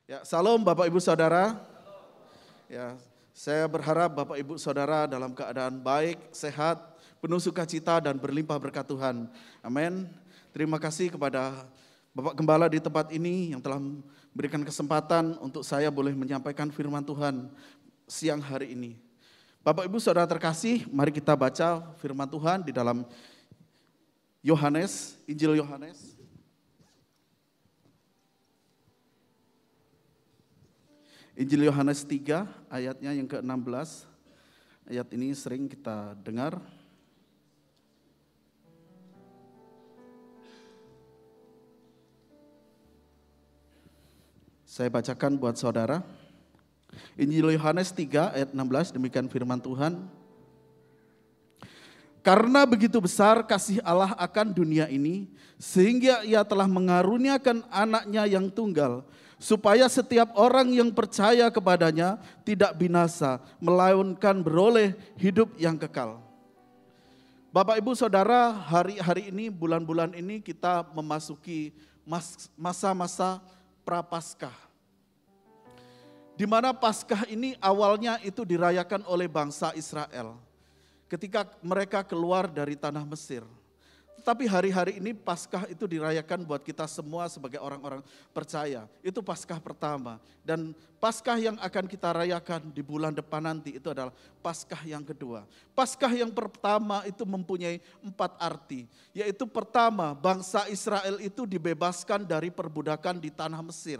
Ya, salam Bapak Ibu Saudara. Ya, saya berharap Bapak Ibu Saudara dalam keadaan baik, sehat, penuh sukacita dan berlimpah berkat Tuhan. Amin. Terima kasih kepada Bapak Gembala di tempat ini yang telah memberikan kesempatan untuk saya boleh menyampaikan firman Tuhan siang hari ini. Bapak Ibu Saudara terkasih, mari kita baca firman Tuhan di dalam Yohanes, Injil Yohanes. Injil Yohanes 3 ayatnya yang ke-16, ayat ini sering kita dengar. Saya bacakan buat saudara. Injil Yohanes 3 ayat 16, demikian firman Tuhan. Karena begitu besar kasih Allah akan dunia ini, sehingga ia telah mengaruniakan anaknya yang tunggal, supaya setiap orang yang percaya kepadanya tidak binasa, melainkan beroleh hidup yang kekal. Bapak Ibu Saudara, hari-hari ini, bulan-bulan ini kita memasuki masa-masa Prapaskah. Di mana Paskah ini awalnya itu dirayakan oleh bangsa Israel ketika mereka keluar dari tanah Mesir. Tetapi hari-hari ini Paskah itu dirayakan buat kita semua sebagai orang-orang percaya. Itu Paskah pertama. Dan Paskah yang akan kita rayakan di bulan depan nanti itu adalah Paskah yang kedua. Paskah yang pertama itu mempunyai 4 arti. Yaitu pertama, bangsa Israel itu dibebaskan dari perbudakan di tanah Mesir.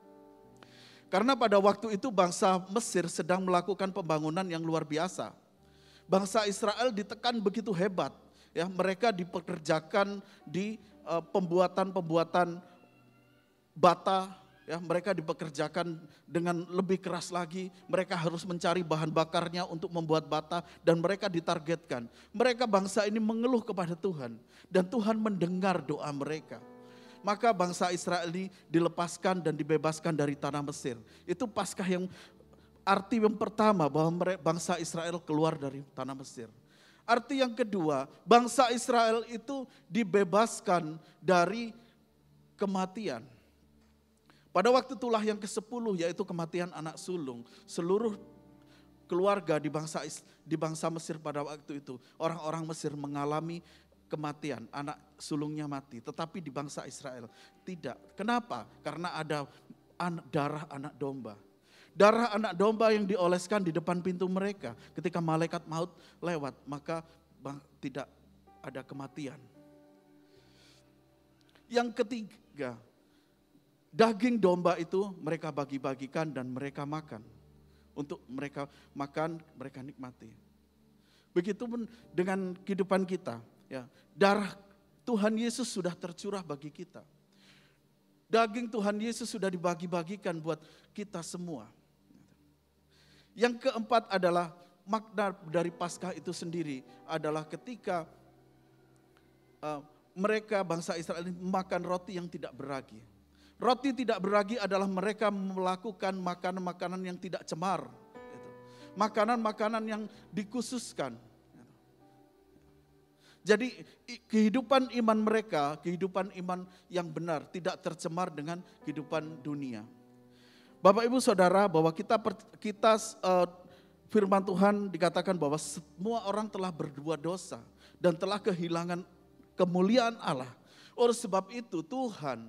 Karena pada waktu itu bangsa Mesir sedang melakukan pembangunan yang luar biasa. Bangsa Israel ditekan begitu hebat. Ya, mereka dipekerjakan di pembuatan bata, ya, mereka dipekerjakan dengan lebih keras lagi. Mereka harus mencari bahan bakarnya untuk membuat bata dan mereka ditargetkan. Mereka bangsa ini mengeluh kepada Tuhan dan Tuhan mendengar doa mereka. Maka bangsa Israel ini dilepaskan dan dibebaskan dari tanah Mesir. Itu Paskah yang arti yang pertama bahwa bangsa Israel keluar dari tanah Mesir. Arti yang kedua, bangsa Israel itu dibebaskan dari kematian. Pada waktu itulah yang ke-10 yaitu kematian anak sulung. Seluruh keluarga di bangsa Mesir pada waktu itu, orang-orang Mesir mengalami kematian, anak sulungnya mati. Tetapi di bangsa Israel tidak. Kenapa? Karena ada darah anak domba. Darah anak domba yang dioleskan di depan pintu mereka. Ketika malaikat maut lewat, maka tidak ada kematian. Yang ketiga, daging domba itu mereka bagi-bagikan dan mereka makan. Untuk mereka makan, mereka nikmati. Begitupun dengan kehidupan kita. Ya, darah Tuhan Yesus sudah tercurah bagi kita. Daging Tuhan Yesus sudah dibagi-bagikan buat kita semua. Yang keempat adalah makna dari Paskah itu sendiri adalah ketika mereka bangsa Israel ini makan roti yang tidak beragi. Roti tidak beragi adalah mereka melakukan makanan-makanan yang tidak cemar. Makanan-makanan yang dikhususkan. Jadi kehidupan iman mereka, kehidupan iman yang benar tidak tercemar dengan kehidupan dunia. Bapak Ibu Saudara, bahwa kita firman Tuhan dikatakan bahwa semua orang telah berbuat dosa dan telah kehilangan kemuliaan Allah. Oleh sebab itu Tuhan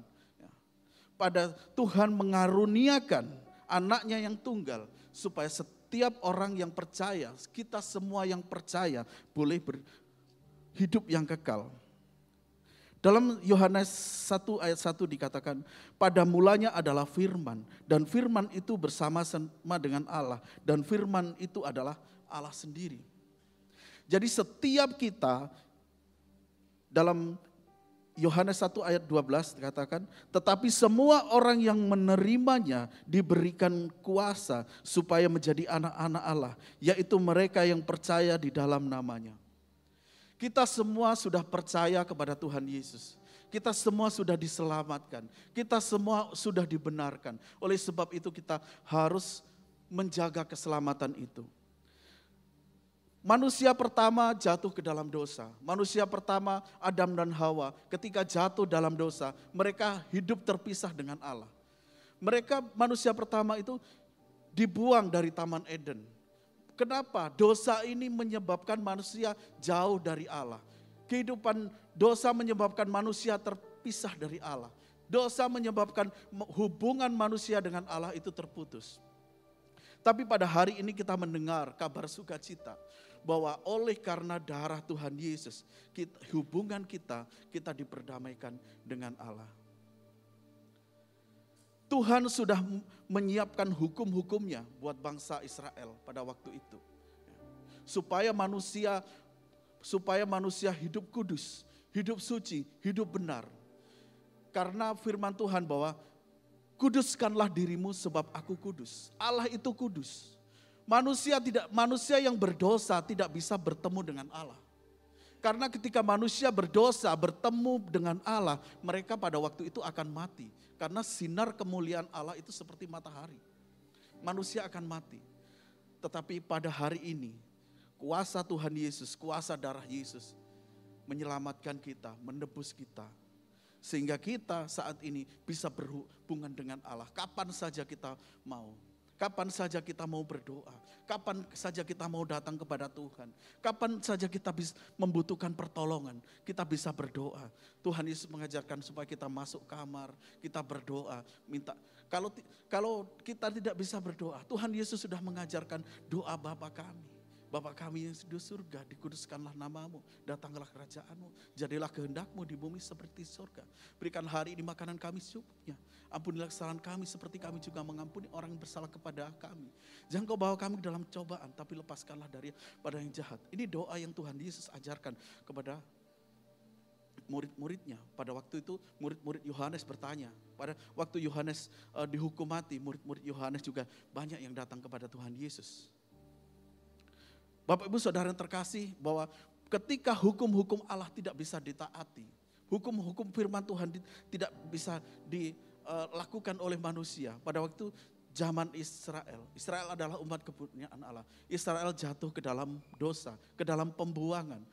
mengaruniakan anaknya yang tunggal supaya setiap orang yang percaya, kita semua yang percaya boleh hidup yang kekal. Dalam Yohanes 1 ayat 1 dikatakan, pada mulanya adalah firman, dan firman itu bersama-sama dengan Allah, dan firman itu adalah Allah sendiri. Jadi setiap kita, dalam Yohanes 1 ayat 12 dikatakan, tetapi semua orang yang menerimanya diberikan kuasa supaya menjadi anak-anak Allah, yaitu mereka yang percaya di dalam namanya. Kita semua sudah percaya kepada Tuhan Yesus. Kita semua sudah diselamatkan. Kita semua sudah dibenarkan. Oleh sebab itu kita harus menjaga keselamatan itu. Manusia pertama jatuh ke dalam dosa. Manusia pertama Adam dan Hawa ketika jatuh dalam dosa, mereka hidup terpisah dengan Allah. Mereka manusia pertama itu dibuang dari Taman Eden. Kenapa? Dosa ini menyebabkan manusia jauh dari Allah. Kehidupan dosa menyebabkan manusia terpisah dari Allah. Dosa menyebabkan hubungan manusia dengan Allah itu terputus. Tapi pada hari ini kita mendengar kabar sukacita bahwa oleh karena darah Tuhan Yesus, hubungan kita diperdamaikan dengan Allah. Tuhan sudah menyiapkan hukum-hukumnya buat bangsa Israel pada waktu itu. Supaya manusia hidup kudus, hidup suci, hidup benar. Karena firman Tuhan bahwa kuduskanlah dirimu sebab aku kudus. Allah itu kudus. Manusia yang berdosa tidak bisa bertemu dengan Allah. Karena ketika manusia berdosa bertemu dengan Allah, mereka pada waktu itu akan mati. Karena sinar kemuliaan Allah itu seperti matahari. Manusia akan mati. Tetapi pada hari ini, kuasa Tuhan Yesus, kuasa darah Yesus menyelamatkan kita, menebus kita. Sehingga kita saat ini bisa berhubungan dengan Allah. Kapan saja kita mau. Kapan saja kita mau berdoa, kapan saja kita mau datang kepada Tuhan, kapan saja kita bisa membutuhkan pertolongan, kita bisa berdoa. Tuhan Yesus mengajarkan supaya kita masuk kamar, kita berdoa, minta. Kalau kita tidak bisa berdoa, Tuhan Yesus sudah mengajarkan doa Bapa kami. Bapa kami yang di surga, dikuduskanlah namamu, datanglah kerajaanmu, jadilah kehendakmu di bumi seperti surga. Berikan hari ini makanan kami secukupnya. Ampunilah kesalahan kami seperti kami juga mengampuni orang yang bersalah kepada kami. Jangan kau bawa kami ke dalam cobaan, tapi lepaskanlah daripada yang jahat. Ini doa yang Tuhan Yesus ajarkan kepada murid-muridnya. Pada waktu itu murid-murid Yohanes bertanya. Pada waktu Yohanes dihukum mati, murid-murid Yohanes juga banyak yang datang kepada Tuhan Yesus. Bapak Ibu Saudara yang terkasih, bahwa ketika hukum-hukum Allah tidak bisa ditaati, hukum-hukum firman Tuhan tidak bisa dilakukan oleh manusia. Pada waktu zaman Israel adalah umat kepunyaan Allah. Israel jatuh ke dalam dosa, ke dalam pembuangan.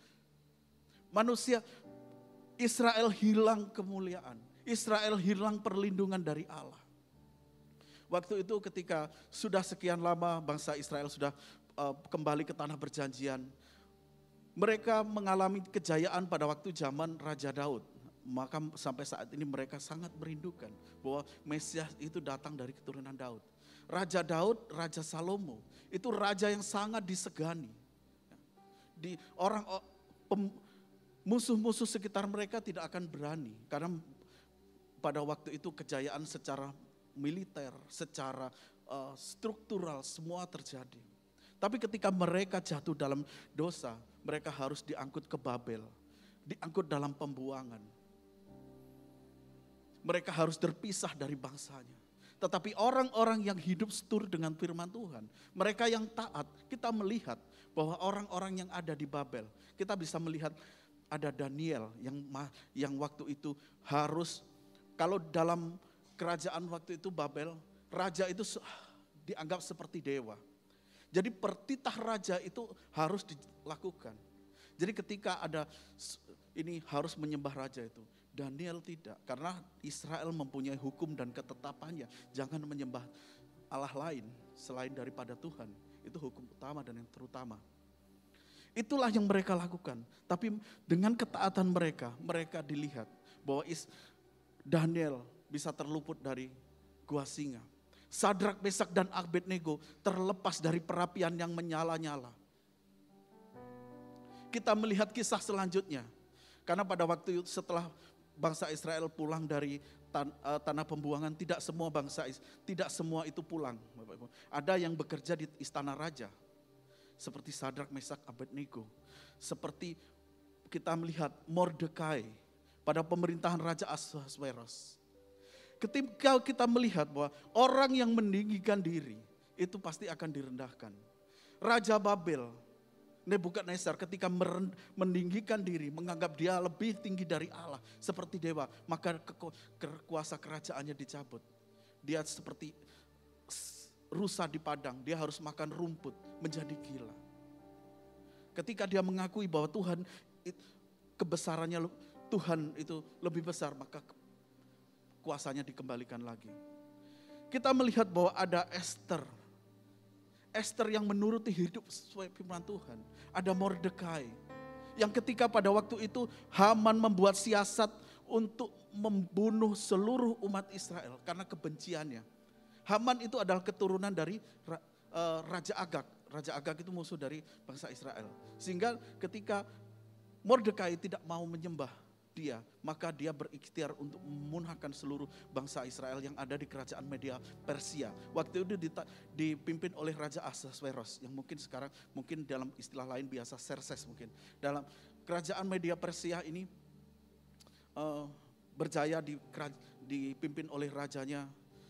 Israel hilang kemuliaan, Israel hilang perlindungan dari Allah. Waktu itu ketika sudah sekian lama bangsa Israel sudah kembali ke tanah perjanjian, mereka mengalami kejayaan pada waktu zaman Raja Daud. Maka sampai saat ini mereka sangat merindukan bahwa Mesias itu datang dari keturunan Daud. Raja Daud, Raja Salomo, itu raja yang sangat disegani. Musuh-musuh sekitar mereka tidak akan berani, karena pada waktu itu kejayaan secara militer, secara struktural semua terjadi. Tapi ketika mereka jatuh dalam dosa, mereka harus diangkut ke Babel, diangkut dalam pembuangan. Mereka harus terpisah dari bangsanya. Tetapi orang-orang yang hidup setur dengan firman Tuhan, mereka yang taat, kita melihat bahwa orang-orang yang ada di Babel, kita bisa melihat ada Daniel yang waktu itu harus, kalau dalam kerajaan waktu itu Babel, raja itu dianggap seperti dewa. Jadi pertitah raja itu harus dilakukan. Jadi ketika ada ini harus menyembah raja itu, Daniel tidak. Karena Israel mempunyai hukum dan ketetapannya. Jangan menyembah Allah lain selain daripada Tuhan. Itu hukum utama dan yang terutama. Itulah yang mereka lakukan. Tapi dengan ketaatan mereka dilihat bahwa Daniel bisa terluput dari gua singa. Sadrak, Mesak, dan Abednego terlepas dari perapian yang menyala-nyala. Kita melihat kisah selanjutnya. Karena pada waktu setelah bangsa Israel pulang dari tanah pembuangan, tidak semua itu pulang. Ada yang bekerja di istana raja. Seperti Sadrak, Mesak, Abednego. Seperti kita melihat Mordekai pada pemerintahan Raja Ahasweros. Ketika kita melihat bahwa orang yang meninggikan diri itu pasti akan direndahkan. Raja Babel, Nebukadnezar, ketika meninggikan diri, menganggap dia lebih tinggi dari Allah, seperti dewa, maka kuasa kerajaannya dicabut. Dia seperti rusa di padang, dia harus makan rumput, menjadi gila. Ketika dia mengakui bahwa Tuhan, kebesarannya Tuhan itu lebih besar, maka kuasanya dikembalikan lagi. kita melihat bahwa ada Esther. Esther yang menuruti hidup sesuai firman Tuhan. Ada Mordekai. Yang ketika pada waktu itu Haman membuat siasat untuk membunuh seluruh umat Israel karena kebenciannya. Haman itu adalah keturunan dari Raja Agag. Raja Agag itu musuh dari bangsa Israel. Sehingga ketika Mordekai tidak mau menyembah dia, maka dia berikhtiar untuk memunahkan seluruh bangsa Israel yang ada di kerajaan Media Persia. Waktu itu dipimpin oleh Raja Ahasveros, yang mungkin sekarang mungkin dalam istilah lain biasa Xerxes mungkin. Dalam kerajaan Media Persia ini berjaya dipimpin oleh rajanya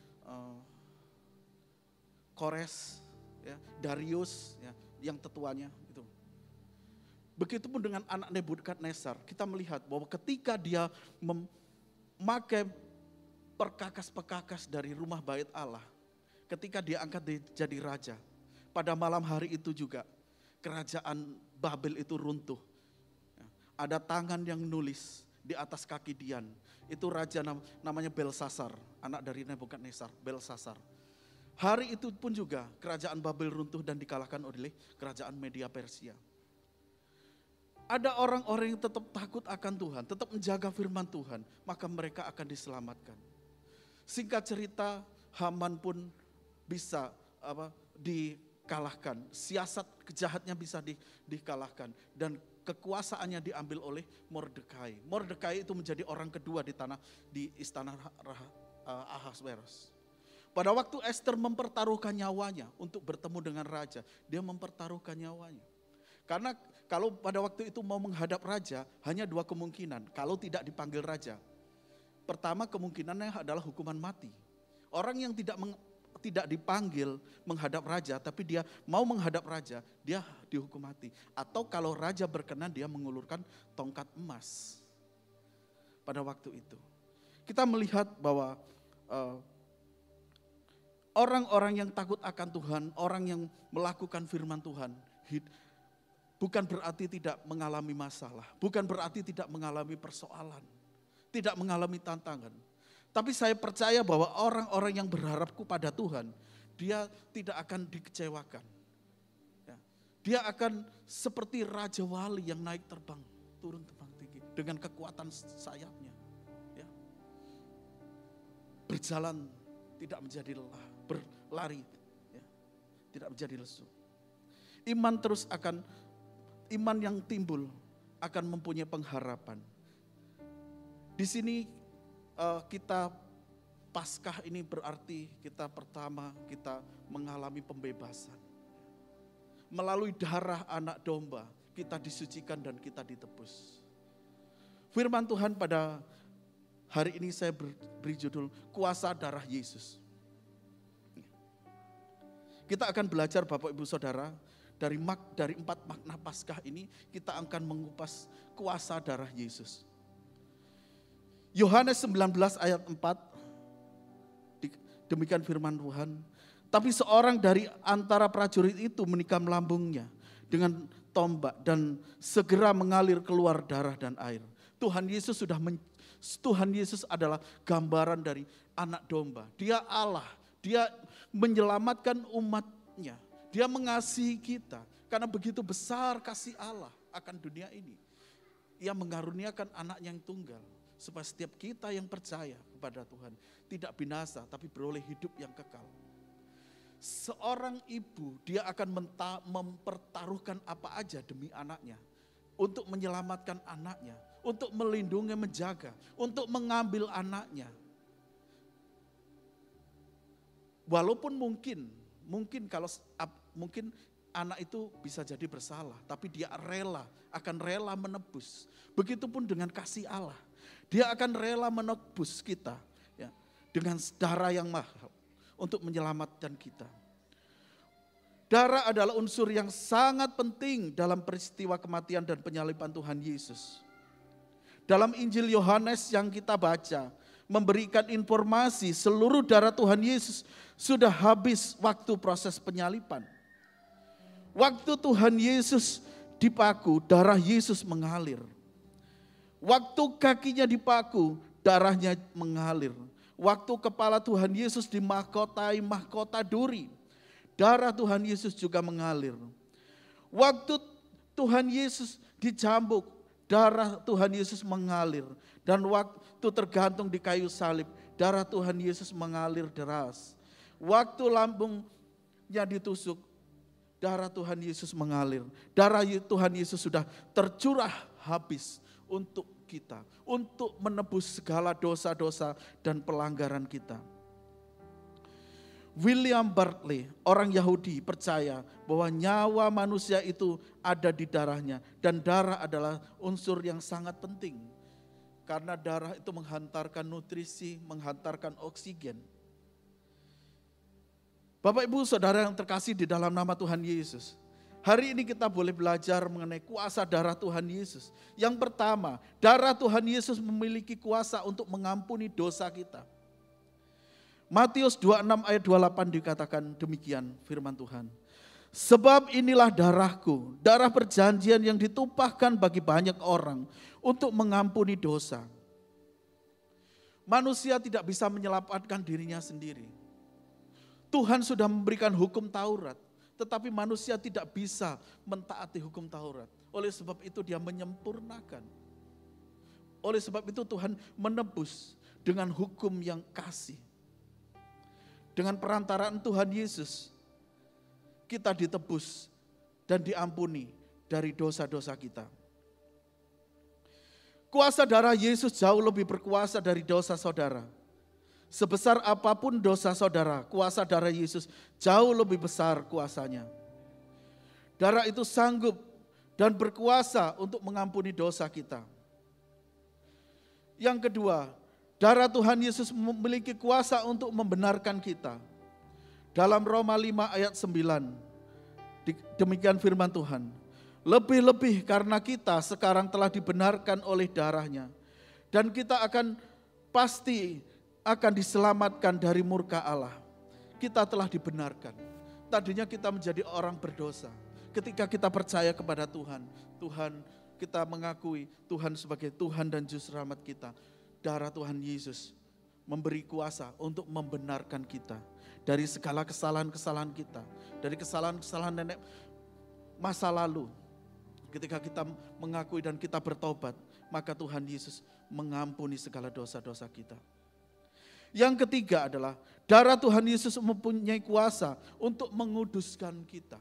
Kores, ya, Darius, ya, yang tetuanya itu. Begitupun dengan anak Nebukadnezar, kita melihat bahwa ketika dia memakai perkakas-perkakas dari rumah bait Allah, ketika dia angkat jadi raja, pada malam hari itu juga kerajaan Babel itu runtuh. Ada tangan yang nulis di atas kaki Dian, itu raja namanya Belsasar, anak dari Nebukadnezar, Belsasar. Hari itu pun juga kerajaan Babel runtuh dan dikalahkan oleh kerajaan Media Persia. Ada orang-orang yang tetap takut akan Tuhan, tetap menjaga firman Tuhan, maka mereka akan diselamatkan. Singkat cerita, Haman pun bisa dikalahkan, siasat kejahatnya bisa dikalahkan, dan kekuasaannya diambil oleh Mordekai. Mordekai itu menjadi orang kedua di istana Ahasveros. Pada waktu Esther mempertaruhkan nyawanya untuk bertemu dengan raja, dia mempertaruhkan nyawanya. Karena kalau pada waktu itu mau menghadap raja, hanya dua kemungkinan. Kalau tidak dipanggil raja. Pertama kemungkinannya adalah hukuman mati. Orang yang tidak dipanggil menghadap raja, tapi dia mau menghadap raja, dia dihukum mati. Atau kalau raja berkenan, dia mengulurkan tongkat emas. Pada waktu itu. Kita melihat bahwa orang-orang yang takut akan Tuhan, orang yang melakukan firman Tuhan, bukan berarti tidak mengalami masalah, bukan berarti tidak mengalami persoalan, tidak mengalami tantangan. Tapi saya percaya bahwa orang-orang yang berharap kepada Tuhan, dia tidak akan dikecewakan. Dia akan seperti Raja Wali yang naik terbang, turun terbang tinggi dengan kekuatan sayapnya. Berjalan tidak menjadi lelah, berlari tidak menjadi lesu. Iman yang timbul akan mempunyai pengharapan. Di sini kita Paskah ini berarti kita mengalami pembebasan. Melalui darah anak domba kita disucikan dan kita ditebus. Firman Tuhan pada hari ini saya beri judul Kuasa Darah Yesus. Kita akan belajar Bapak Ibu Saudara, dari 4 makna Paskah ini kita akan mengupas kuasa darah Yesus. Yohanes 19 ayat 4, demikian firman Tuhan. Tapi seorang dari antara prajurit itu menikam lambungnya dengan tombak dan segera mengalir keluar darah dan air. Tuhan Yesus adalah gambaran dari anak domba. Dia Allah, dia menyelamatkan umatnya. Dia mengasihi kita karena begitu besar kasih Allah akan dunia ini. Ia mengaruniakan anaknya yang tunggal supaya setiap kita yang percaya kepada Tuhan tidak binasa tapi beroleh hidup yang kekal. Seorang ibu dia akan mempertaruhkan apa aja demi anaknya untuk menyelamatkan anaknya, untuk melindungi, menjaga, untuk mengambil anaknya. Walaupun mungkin anak itu bisa jadi bersalah, tapi dia akan rela menebus. Begitupun dengan kasih Allah, dia akan rela menebus kita ya, dengan darah yang mahal untuk menyelamatkan kita. Darah adalah unsur yang sangat penting dalam peristiwa kematian dan penyaliban Tuhan Yesus. Dalam Injil Yohanes yang kita baca, memberikan informasi seluruh darah Tuhan Yesus sudah habis waktu proses penyaliban. Waktu Tuhan Yesus dipaku, darah Yesus mengalir. Waktu kakinya dipaku, darahnya mengalir. Waktu kepala Tuhan Yesus dimahkotai mahkota duri, darah Tuhan Yesus juga mengalir. Waktu Tuhan Yesus dicambuk, darah Tuhan Yesus mengalir. Dan waktu tergantung di kayu salib, darah Tuhan Yesus mengalir deras. Waktu lambungnya ditusuk, darah Tuhan Yesus mengalir. Darah Tuhan Yesus sudah tercurah habis untuk kita, untuk menebus segala dosa-dosa dan pelanggaran kita. William Barclay, orang Yahudi, percaya bahwa nyawa manusia itu ada di darahnya. Dan darah adalah unsur yang sangat penting. Karena darah itu menghantarkan nutrisi, menghantarkan oksigen. Bapak Ibu Saudara yang terkasih di dalam nama Tuhan Yesus. Hari ini kita boleh belajar mengenai kuasa darah Tuhan Yesus. Yang pertama, darah Tuhan Yesus memiliki kuasa untuk mengampuni dosa kita. Matius 26 ayat 28 dikatakan demikian firman Tuhan. Sebab inilah darahku, darah perjanjian yang ditumpahkan bagi banyak orang untuk mengampuni dosa. Manusia tidak bisa menyelamatkan dirinya sendiri. Tuhan sudah memberikan hukum Taurat, tetapi manusia tidak bisa mentaati hukum Taurat. Oleh sebab itu dia menyempurnakan. Oleh sebab itu Tuhan menebus dengan hukum yang kasih. Dengan perantaraan Tuhan Yesus, kita ditebus dan diampuni dari dosa-dosa kita. Kuasa darah Yesus jauh lebih berkuasa dari dosa saudara. Sebesar apapun dosa saudara, kuasa darah Yesus jauh lebih besar kuasanya. Darah itu sanggup dan berkuasa untuk mengampuni dosa kita. Yang kedua, darah Tuhan Yesus memiliki kuasa untuk membenarkan kita. Dalam Roma 5 ayat 9, demikian firman Tuhan. Lebih-lebih karena kita sekarang telah dibenarkan oleh darahnya. Dan kita pasti akan diselamatkan dari murka Allah. Kita telah dibenarkan. Tadinya kita menjadi orang berdosa. Ketika kita percaya kepada Tuhan, kita mengakui Tuhan sebagai Tuhan dan Juru Selamat kita. Darah Tuhan Yesus memberi kuasa untuk membenarkan kita dari segala kesalahan-kesalahan kita, dari kesalahan-kesalahan nenek masa lalu. Ketika kita mengakui dan kita bertobat, maka Tuhan Yesus mengampuni segala dosa-dosa kita. Yang ketiga adalah darah Tuhan Yesus mempunyai kuasa untuk menguduskan kita.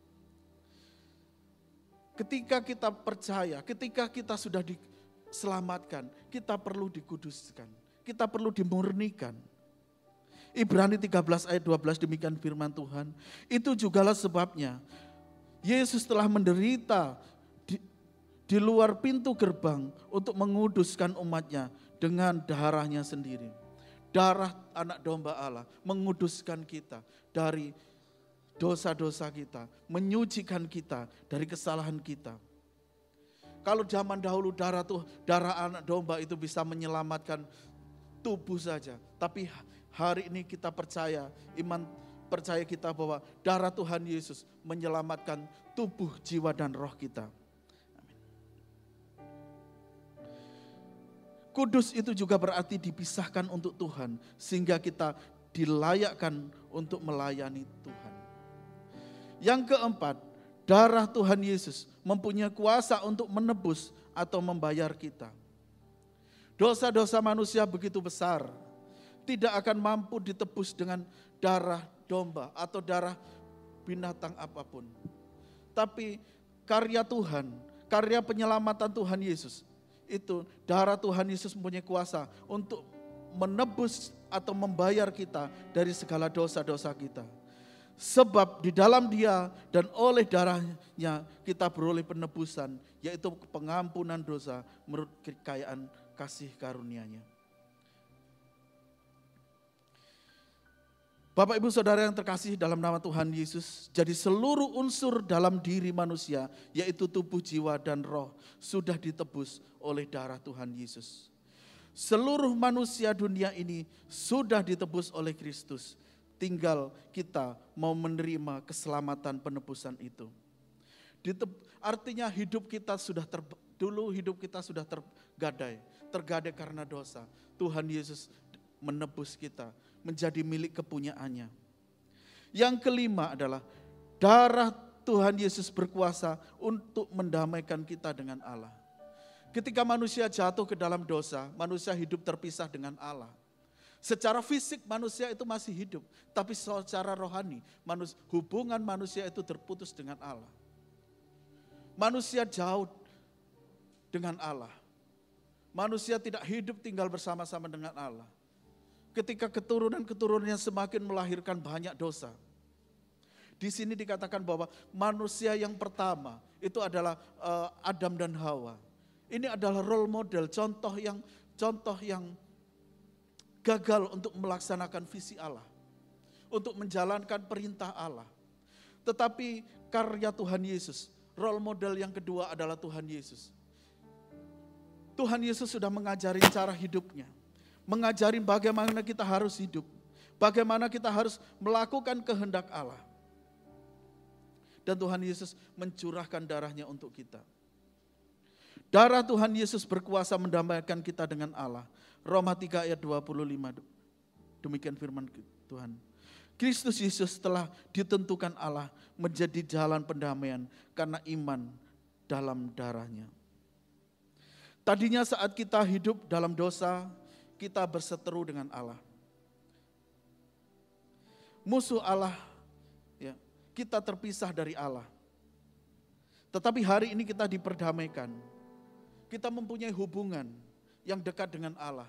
Ketika kita percaya, ketika kita sudah diselamatkan, kita perlu dikuduskan, kita perlu dimurnikan. Ibrani 13 ayat 12 demikian firman Tuhan. Itu jugalah sebabnya Yesus telah menderita di luar pintu gerbang untuk menguduskan umatnya dengan darahnya sendiri. Darah anak domba Allah menguduskan kita dari dosa-dosa kita, menyucikan kita dari kesalahan kita. Kalau zaman dahulu darah anak domba itu bisa menyelamatkan tubuh saja. Tapi hari ini kita percaya, iman percaya kita bahwa darah Tuhan Yesus menyelamatkan tubuh, jiwa dan roh kita. Kudus itu juga berarti dipisahkan untuk Tuhan, sehingga kita dilayakkan untuk melayani Tuhan. Yang keempat, darah Tuhan Yesus mempunyai kuasa untuk menebus atau membayar kita. Dosa-dosa manusia begitu besar, tidak akan mampu ditebus dengan darah domba atau darah binatang apapun. Tapi karya Tuhan, karya penyelamatan Tuhan Yesus, itu darah Tuhan Yesus mempunyai kuasa untuk menebus atau membayar kita dari segala dosa-dosa kita. Sebab di dalam Dia dan oleh darahnya kita beroleh penebusan, yaitu pengampunan dosa menurut kekayaan kasih karunia-Nya. Bapak Ibu Saudara yang terkasih dalam nama Tuhan Yesus, jadi seluruh unsur dalam diri manusia, yaitu tubuh, jiwa, dan roh, sudah ditebus oleh darah Tuhan Yesus. Seluruh manusia dunia ini sudah ditebus oleh Kristus. Tinggal kita mau menerima keselamatan penebusan itu. Artinya hidup kita dulu hidup kita sudah tergadai karena dosa. Tuhan Yesus menebus kita, menjadi milik kepunyaannya. Yang kelima adalah darah Tuhan Yesus berkuasa untuk mendamaikan kita dengan Allah. Ketika manusia jatuh ke dalam dosa, manusia hidup terpisah dengan Allah. Secara fisik manusia itu masih hidup, tapi secara rohani hubungan manusia itu terputus dengan Allah. Manusia jauh dengan Allah. Manusia tidak hidup tinggal bersama-sama dengan Allah. Ketika keturunan-keturunannya semakin melahirkan banyak dosa. Di sini dikatakan bahwa manusia yang pertama itu adalah Adam dan Hawa. Ini adalah role model, contoh yang gagal untuk melaksanakan visi Allah. Untuk menjalankan perintah Allah. Tetapi karya Tuhan Yesus, role model yang kedua adalah Tuhan Yesus. Tuhan Yesus sudah mengajarin cara hidupnya. Mengajarin bagaimana kita harus hidup. Bagaimana kita harus melakukan kehendak Allah. Dan Tuhan Yesus mencurahkan darahnya untuk kita. Darah Tuhan Yesus berkuasa mendamaikan kita dengan Allah. Roma 3 ayat 25. Demikian firman Tuhan. Kristus Yesus telah ditentukan Allah menjadi jalan pendamaian karena iman dalam darahnya. Tadinya saat kita hidup dalam dosa, kita berseteru dengan Allah. Musuh Allah, ya, kita terpisah dari Allah. Tetapi hari ini kita diperdamaikan. Kita mempunyai hubungan yang dekat dengan Allah.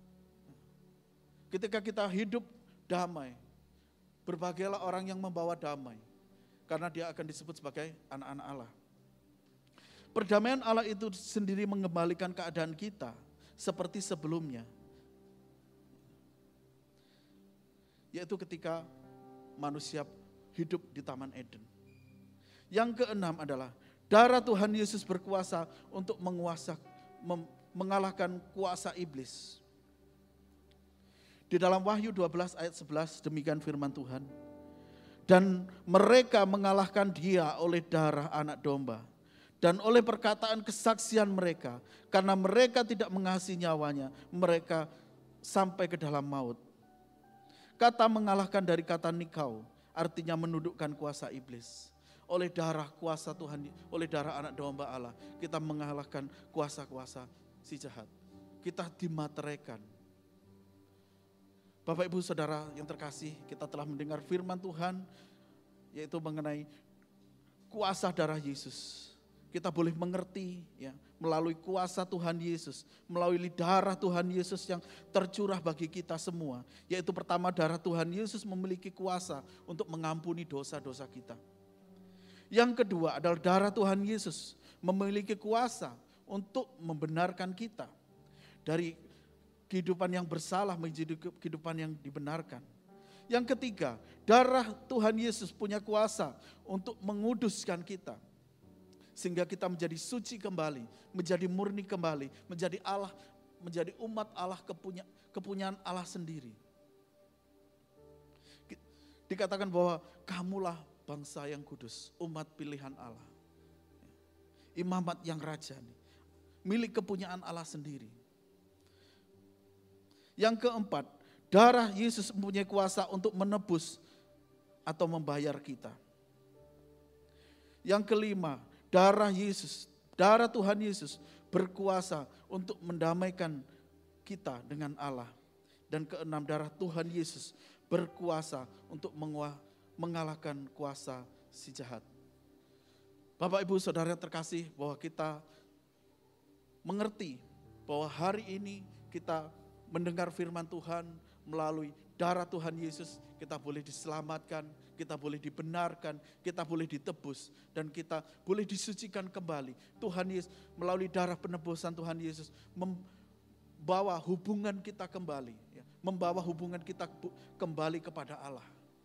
Ketika kita hidup damai, berbahagialah orang yang membawa damai. Karena dia akan disebut sebagai anak-anak Allah. Perdamaian Allah itu sendiri mengembalikan keadaan kita seperti sebelumnya. Yaitu ketika manusia hidup di Taman Eden. Yang keenam adalah darah Tuhan Yesus berkuasa untuk mengalahkan kuasa iblis. Di dalam Wahyu 12 ayat 11 demikian firman Tuhan. Dan mereka mengalahkan dia oleh darah anak domba. Dan oleh perkataan kesaksian mereka. Karena mereka tidak mengasihi nyawanya. Mereka sampai ke dalam maut. Kata mengalahkan dari kata nikau, artinya menundukkan kuasa iblis. Oleh darah kuasa Tuhan, oleh darah anak domba Allah, kita mengalahkan kuasa-kuasa si jahat. Kita dimateraikan. Bapak Ibu Saudara yang terkasih, kita telah mendengar firman Tuhan, yaitu mengenai kuasa darah Yesus. Kita boleh mengerti ya, melalui kuasa Tuhan Yesus, melalui darah Tuhan Yesus yang tercurah bagi kita semua. Yaitu pertama, darah Tuhan Yesus memiliki kuasa untuk mengampuni dosa-dosa kita. Yang kedua adalah darah Tuhan Yesus memiliki kuasa untuk membenarkan kita dari kehidupan yang bersalah menjadi kehidupan yang dibenarkan. Yang ketiga, darah Tuhan Yesus punya kuasa untuk menguduskan kita. Sehingga kita menjadi suci kembali, menjadi murni kembali, menjadi Allah, menjadi umat Allah, kepunyaan Allah sendiri. Dikatakan bahwa kamulah bangsa yang kudus, umat pilihan Allah. Imamat yang rajani, milik kepunyaan Allah sendiri. Yang keempat, darah Yesus mempunyai kuasa untuk menebus atau membayar kita. Yang kelima, darah Yesus, darah Tuhan Yesus berkuasa untuk mendamaikan kita dengan Allah. Dan keenam, darah Tuhan Yesus berkuasa untuk mengalahkan kuasa si jahat. Bapak Ibu Saudara terkasih, bahwa kita mengerti bahwa hari ini kita mendengar firman Tuhan melalui darah Tuhan Yesus, kita boleh diselamatkan, kita boleh dibenarkan, kita boleh ditebus, dan kita boleh disucikan kembali. Tuhan Yesus melalui darah penebusan Tuhan Yesus membawa hubungan kita kembali, ya, membawa hubungan kita kembali kepada Allah.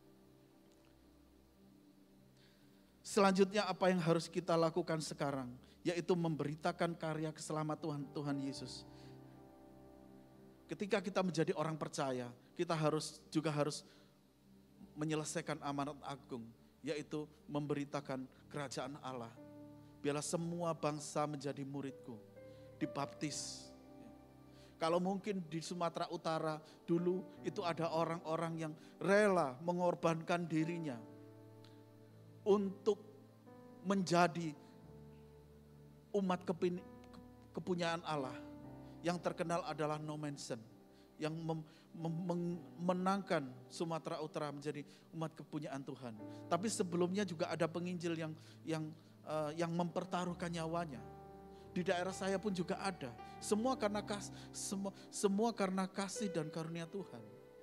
Selanjutnya apa yang harus kita lakukan sekarang, yaitu memberitakan karya keselamatan Tuhan Yesus. Ketika kita menjadi orang percaya, kita harus menyelesaikan amanat agung, yaitu memberitakan kerajaan Allah. Biarlah semua bangsa menjadi muridku, dibaptis. Kalau mungkin di Sumatera Utara dulu itu ada orang-orang yang rela mengorbankan dirinya untuk menjadi umat kepunyaan Allah. Yang terkenal adalah Nommensen yang memenangkan Sumatera Utara menjadi umat kepunyaan Tuhan. Tapi sebelumnya juga ada penginjil yang mempertaruhkan nyawanya. Di daerah saya pun juga ada. Semua karena kasih dan karunia Tuhan.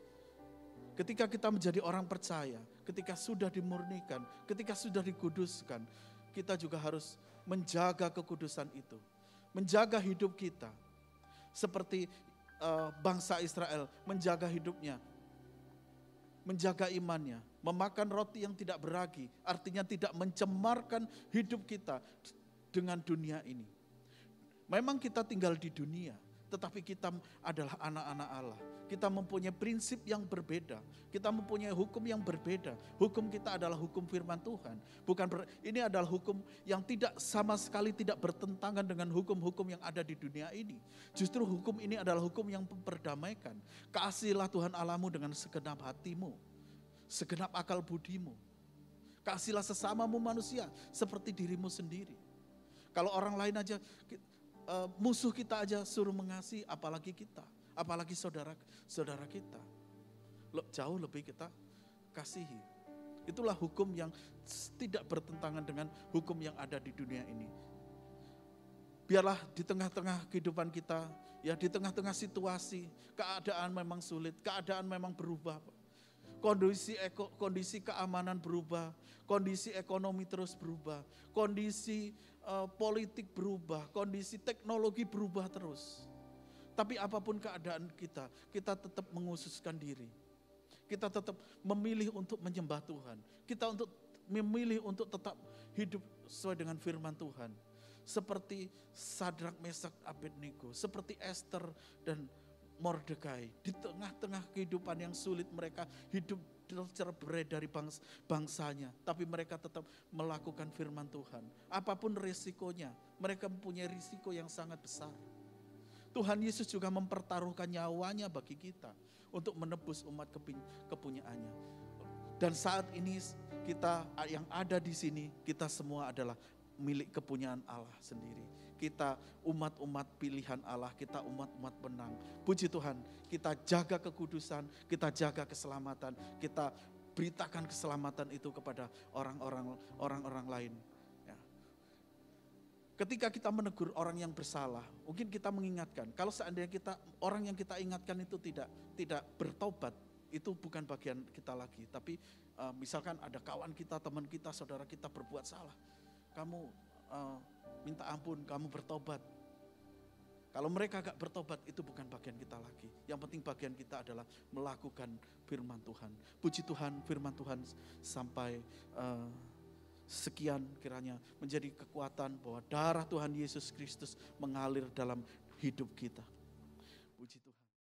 Ketika kita menjadi orang percaya, ketika sudah dimurnikan, ketika sudah dikuduskan, kita juga harus menjaga kekudusan itu. Menjaga hidup kita. Seperti bangsa Israel menjaga hidupnya. Menjaga imannya. Memakan roti yang tidak beragi. Artinya tidak mencemarkan hidup kita dengan dunia ini. Memang kita tinggal di dunia, tetapi kita adalah anak-anak Allah. Kita mempunyai prinsip yang berbeda. Kita mempunyai hukum yang berbeda. Hukum kita adalah hukum firman Tuhan. Ini adalah hukum yang tidak sama sekali tidak bertentangan dengan hukum-hukum yang ada di dunia ini. Justru hukum ini adalah hukum yang memperdamaikan. Kasihilah Tuhan Allahmu dengan segenap hatimu, segenap akal budimu. Kasihilah sesamamu manusia seperti dirimu sendiri. Kalau orang lain aja, musuh kita aja suruh mengasihi, apalagi kita, apalagi saudara kita. Jauh lebih kita kasihi. Itulah hukum yang tidak bertentangan dengan hukum yang ada di dunia ini. Biarlah di tengah-tengah kehidupan kita, ya di tengah-tengah situasi, keadaan memang sulit, keadaan memang berubah. Kondisi keamanan berubah, kondisi ekonomi terus berubah, kondisi politik berubah, kondisi teknologi berubah terus. Tapi apapun keadaan kita tetap mengususkan diri. Kita tetap memilih untuk menyembah Tuhan. Kita memilih untuk tetap hidup sesuai dengan firman Tuhan. Seperti Sadrak, Mesak, Abednego, seperti Esther dan Mordekai. Di tengah-tengah kehidupan yang sulit mereka hidup tercerai dari bangsanya. Tapi mereka tetap melakukan firman Tuhan. Apapun risikonya, mereka mempunyai risiko yang sangat besar. Tuhan Yesus juga mempertaruhkan nyawanya bagi kita untuk menebus umat kepunyaannya. Dan saat ini kita yang ada di sini, kita semua adalah milik kepunyaan Allah sendiri. Kita umat-umat pilihan Allah, kita umat-umat benang. Puji Tuhan, kita jaga kekudusan, kita jaga keselamatan, kita beritakan keselamatan itu kepada orang-orang lain. Ya. Ketika kita menegur orang yang bersalah, mungkin kita mengingatkan, kalau seandainya orang yang kita ingatkan itu tidak bertobat, itu bukan bagian kita lagi. Tapi misalkan ada kawan kita, teman kita, saudara kita berbuat salah, kamu minta ampun, kamu bertobat. Kalau mereka gak bertobat, itu bukan bagian kita lagi. Yang penting bagian kita adalah melakukan firman Tuhan. Puji Tuhan, firman Tuhan sampai sekian kiranya menjadi kekuatan bahwa darah Tuhan Yesus Kristus mengalir dalam hidup kita.